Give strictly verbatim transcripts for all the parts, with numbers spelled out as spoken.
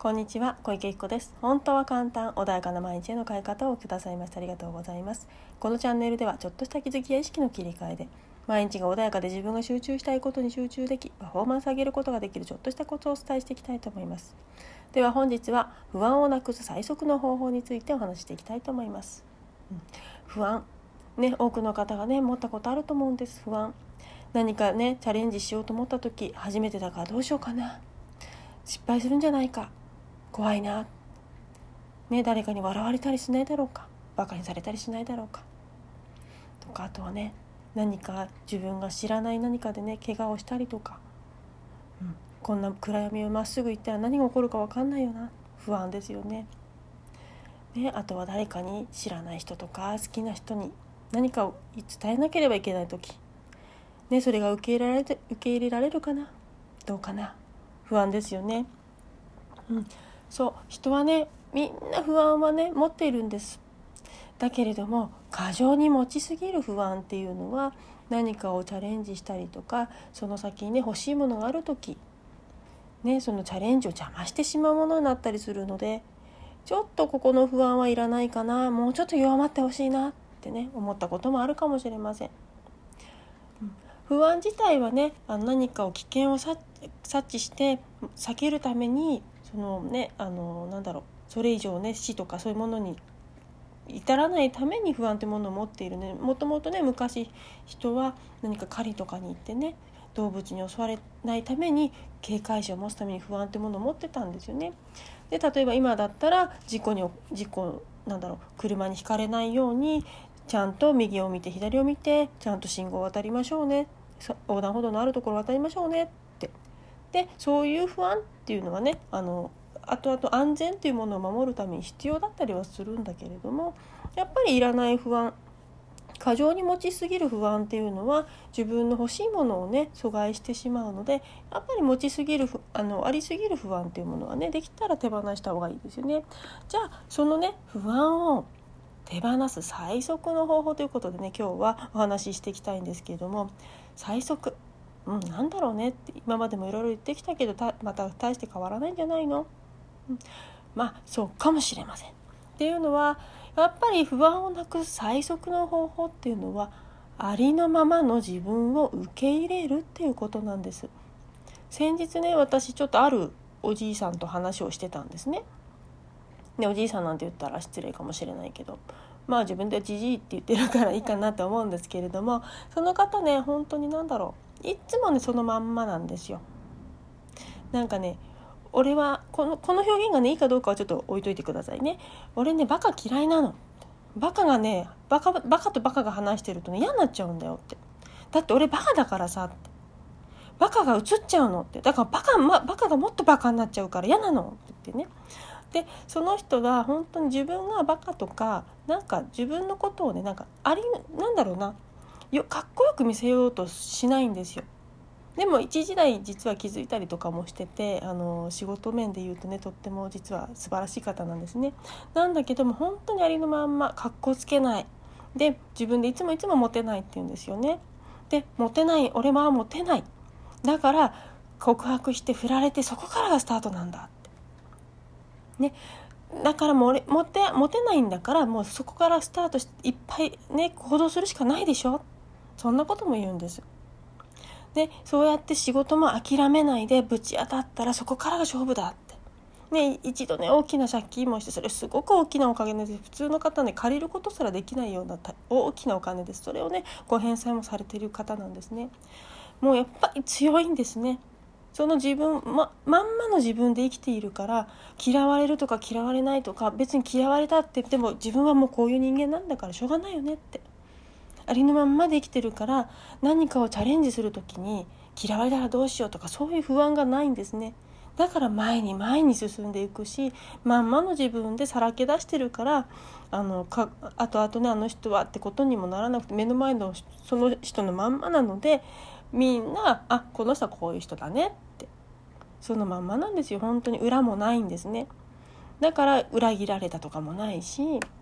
こんにちは、小池彦です。本当は簡単、穏やかな毎日への変え方をくださいましてありがとうございます。このチャンネルではちょっとした気づきや意識の切り替えで毎日が穏やかで自分が集中したいことに集中できパフォーマンスを上げることができるちょっとしたコツをお伝えしていきたいと思います。では本日は不安をなくす最速の方法についてお話していきたいと思います。うん、不安ね、多くの方がね持ったことあると思うんです。不安、何かねチャレンジしようと思った時、初めてだからどうしようかな、失敗するんじゃないか、怖いな、ね、誰かに笑われたりしないだろうか、バカにされたりしないだろうかとか、あとはね何か自分が知らない何かでね怪我をしたりとか、うん、こんな暗闇をまっすぐ行ったら何が起こるか分かんないよな、不安ですよね。ね、あとは誰かに知らない人とか好きな人に何かを伝えなければいけない時、ね、それが受け入れられて受け入れられるかな、どうかな、不安ですよね。うん、そう、人はねみんな不安はね持っているんです。だけれども過剰に持ちすぎる不安っていうのは、何かをチャレンジしたりとか、その先にね欲しいものがある時、ね、そのチャレンジを邪魔してしまうものになったりするので、ちょっとここの不安はいらないかな、もうちょっと弱まってほしいなってね思ったこともあるかもしれません。うん、不安自体はね、あの何かを危険を察知して避けるために、そのねあのなんだろうそれ以上ね死とかそういうものに至らないために不安というものを持っているね。もともとね昔人は何か狩りとかに行ってね動物に襲われないために警戒心を持つために不安というものを持ってたんですよね。で例えば今だったら事故に事故なんだろう車にひかれないようにちゃんと右を見て左を見てちゃんと信号を渡りましょうね、横断歩道のあるところを渡りましょうねって。でそういう不安っていうのはね、あの後々安全というものを守るために必要だったりはするんだけれども、やっぱりいらない不安、過剰に持ちすぎる不安っていうのは自分の欲しいものをね阻害してしまうので、やっぱり持ちすぎるあのありすぎる不安っていうものはねできたら手放した方がいいですよね。じゃあそのね不安を手放す最速の方法ということでね、今日はお話ししていきたいんですけれども、最速、うん、なんだろうねって、今までもいろいろ言ってきたけどたまた大して変わらないんじゃないの、うん、まあそうかもしれません。っていうのはやっぱり不安をなくす最速の方法っていうのは、ありのままの自分を受け入れるっていうことなんです。先日ね私ちょっとあるおじいさんと話をしてたんですね。でおじいさんなんて言ったら失礼かもしれないけど、まあ自分でじじいって言ってるからいいかなと思うんですけれども、その方ね本当に何だろう、いつもねそのまんまなんですよ。なんかね俺はこのこの表現がねいいかどうかはちょっと置いといてくださいね。俺ねバカ嫌いなの。バカがねバカバカとバカが話してるとね嫌になっちゃうんだよって。だって俺バカだからさって。バカが映っちゃうのって。だからバカ、ま、バカがもっとバカになっちゃうから嫌なのって言ってね。でその人は本当に自分がバカとかなんか自分のことをねなんかありなんだろうなよかっこよく見せようとしないんですよ。でも一時代実は気づいたりとかもしてて、あの仕事面で言うとねとっても実は素晴らしい方なんですね。なんだけども本当にありのまんまかっこつけないで、自分でいつもいつもモテないって言うんですよね。でモテない、俺はモテない、だから告白して振られてそこからがスタートなんだってね。だからもうモテ、モテないんだからもうそこからスタートしていっぱいね行動するしかないでしょ、そんなことも言うんです。でそうやって仕事も諦めないでぶち当たったらそこからが勝負だって、ね、一度ね大きな借金もして、それすごく大きなお金です。普通の方ね借りることすらできないような大きなお金です。それをねご返済もされている方なんですね。もうやっぱり強いんですね。その自分、ま、まんまの自分で生きているから、嫌われるとか嫌われないとか、別に嫌われたって言っても自分はもうこういう人間なんだからしょうがないよねって、ありのまんまで生きてるから、何かをチャレンジするときに嫌われたらどうしようとかそういう不安がないんですね。だから前に前に進んでいくし、まんまの自分でさらけ出してるから、あのか後々ねあの人はってことにもならなくて、目の前のその人のまんまなので、みんなあこの人はこういう人だねってそのまんまなんですよ。本当に裏もないんですね。だから裏切られたとかもないし、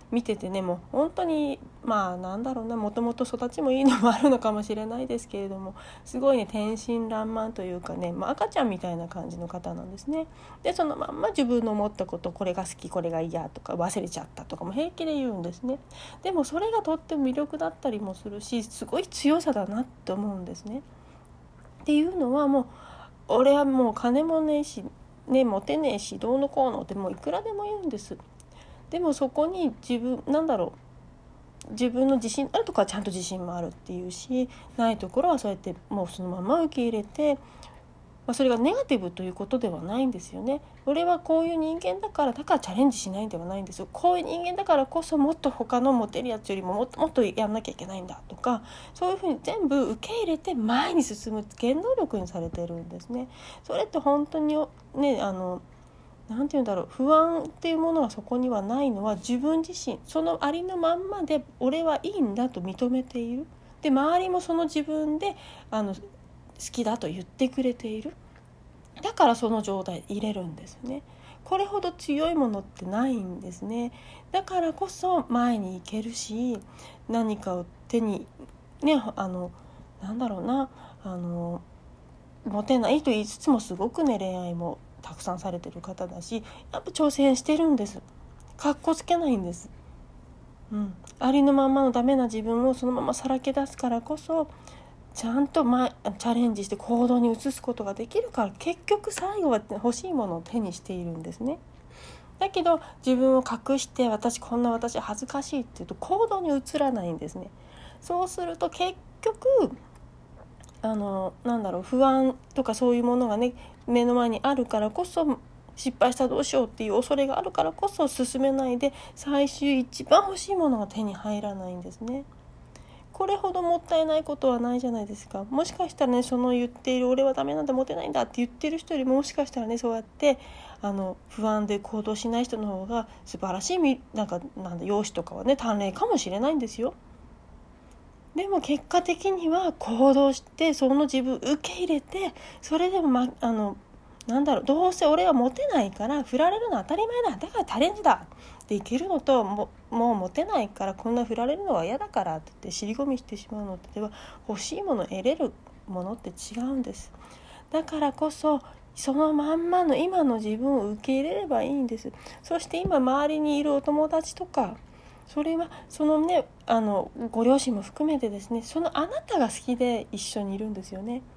見ててね、もう本当にまあなんだろうな、もともと育ちもいいのもあるのかもしれないですけれども、すごいね天真爛漫というかね、まあ、赤ちゃんみたいな感じの方なんですね。でそのまんま自分の思ったこと、これが好きこれが嫌とか忘れちゃったとかも平気で言うんですね。でもそれがとっても魅力だったりもするし、すごい強さだなって思うんですね。っていうのはもう俺はもう金もねえしねモテねえしどうのこうのってもういくらでも言うんです。でもそこに自分なんだろう自分の自信あるところはちゃんと自信もあるっていうし、ないところはそうやってもうそのまま受け入れて、まあ、それがネガティブということではないんですよね。俺はこういう人間だからだからチャレンジしないんではないんですよ。こういう人間だからこそもっと他のモテるやつよりももっともっとやんなきゃいけないんだとか、そういうふうに全部受け入れて前に進む原動力にされてるんですね。それって本当にね、あのなんていうんだろう、不安っていうものがそこにはないのは自分自身そのありのまんまで俺はいいんだと認めている。で周りもその自分であの好きだと言ってくれている。だからその状態入れるんですね。これほど強いものってないんですね。だからこそ前に行けるし、何かを手にね、あのなんだろうな、あのモテないと言いつつもすごくね恋愛もたくさんされてる方だし、やっぱ挑戦してるんです。かっこつけないんです、うん、ありのまんまのダメな自分をそのままさらけ出すからこそちゃんと、ま、チャレンジして行動に移すことができるから、結局最後は欲しいものを手にしているんですね。だけど自分を隠して私こんな私恥ずかしいっていうと行動に移らないんですね。そうすると結局あのなんだろう不安とかそういうものがね目の前にあるからこそ、失敗したらどうしようっていう恐れがあるからこそ進めないで、最終一番欲しいものが手に入らないんですね。これほどもったいないことはないじゃないですか。もしかしたらね、その言っている俺はダメなんだモテないんだって言ってる人よりも、もしかしたらねそうやってあの不安で行動しない人の方が素晴らしいなんかなんだ容姿とかはね鍛錬かもしれないんですよ。でも結果的には行動してその自分受け入れて、それでも、ま、あのなんだろうどうせ俺はモテないから振られるのは当たり前だ、だからチャレンジだっていけるのと、も, もうモテないからこんな振られるのは嫌だからって言って尻込みしてしまうのっては欲しいもの得れるものって違うんです。だからこそそのまんまの今の自分を受け入れればいいんです。そして今周りにいるお友達とか、それはそのねあのご両親も含めてですね、そのあなたが好きで一緒にいるんですよね。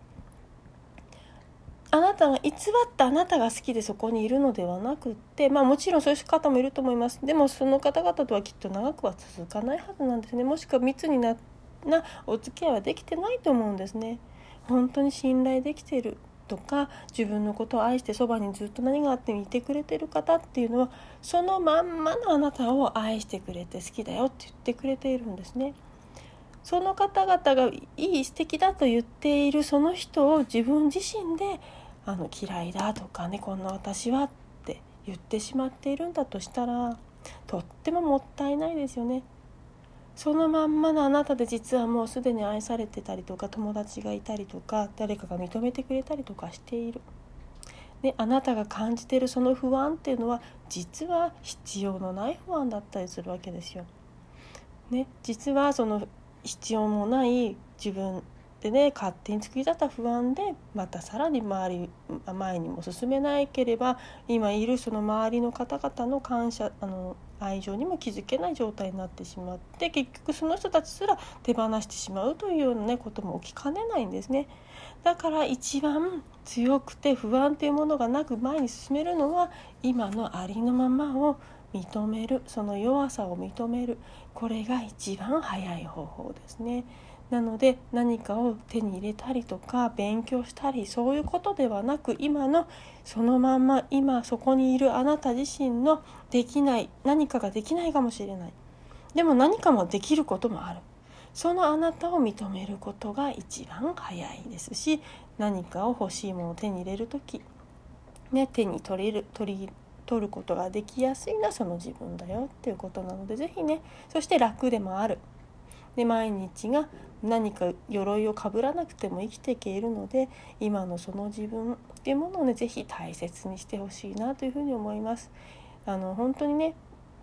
あなたが偽ったあなたが好きでそこにいるのではなくって、まあもちろんそういう方もいると思います。でもその方々とはきっと長くは続かないはずなんですね。もしくは密にななお付き合いはできてないと思うんですね。本当に信頼できているとか、自分のことを愛してそばにずっと何があってもいてくれてる方っていうのは、そのまんまのあなたを愛してくれて好きだよって言ってくれているんですね。その方々がいい素敵だと言っているその人を自分自身であの嫌いだとかね、こんな私はって言ってしまっているんだとしたら、とってももったいないですよね。そのまんまのあなたで実はもうすでに愛されてたりとか、友達がいたりとか、誰かが認めてくれたりとかしている、ね、あなたが感じているその不安っていうのは実は必要のない不安だったりするわけですよ、ね、実はその必要もない自分でね勝手に作り出した不安で、またさらに周り前にも進めなければ今いるその周りの方々の感謝あの愛情にも気づけない状態になってしまって、結局その人たちすら手放してしまうというような、ね、ことも起きかねないんですね。だから一番強くて不安というものがなく前に進めるのは、今のありのままを認める、その弱さを認める、これが一番早い方法ですね。なので何かを手に入れたりとか勉強したりそういうことではなく、今のそのまんま今そこにいるあなた自身のできない何かができないかもしれない、でも何かもできることもある、そのあなたを認めることが一番早いですし、何かを欲しいものを手に入れるとき、ね、手に取れる取り取ることができやすいのはその自分だよっていうことなので、ぜひね、そして楽でもあるで毎日が何か鎧をかぶらなくても生きていけるので、今のその自分っていうものをねぜひ大切にしてほしいなというふうに思います。あの本当にね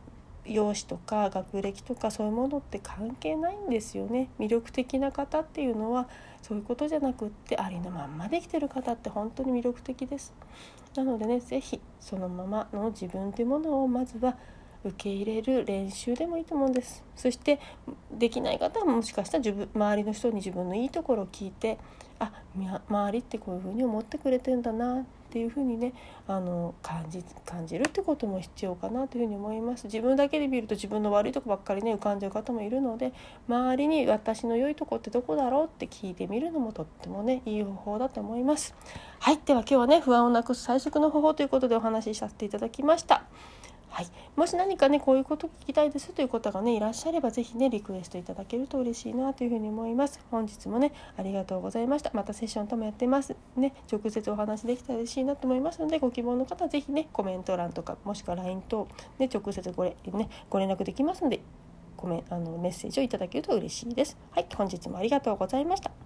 容姿とか学歴とかそういうものって関係ないんですよね。魅力的な方っていうのはそういうことじゃなくって、ありのまんまで生きてる方って本当に魅力的です。なのでね、ぜひそのままの自分というものをまずは受け入れる練習でもいいと思うんです。そしてできない方はもしかしたら自分周りの人に自分のいいところを聞いて、あ、周りってこういうふうに思ってくれてんだなっていうふうにね、あの感じ感じるってことも必要かなというふうに思います。自分だけで見ると自分の悪いとこばっかりね浮かんじゃう方もいるので、周りに私の良いとこってどこだろうって聞いてみるのもとってもねいい方法だと思います。はい、では今日はね、不安をなくす最速の方法ということでお話しさせていただきました。はい、もし何かねこういうこと聞きたいですという方がねいらっしゃれば、ぜひねリクエストいただけると嬉しいなというふうに思います。本日もねありがとうございました。またセッションともやってますね。直接お話できたら嬉しいなと思いますので、ご希望の方はぜひねコメント欄とかもしくは ライン と、ね、直接ごれ、ね、ご連絡できますので、コメあのメッセージをいただけると嬉しいです。はい、本日もありがとうございました。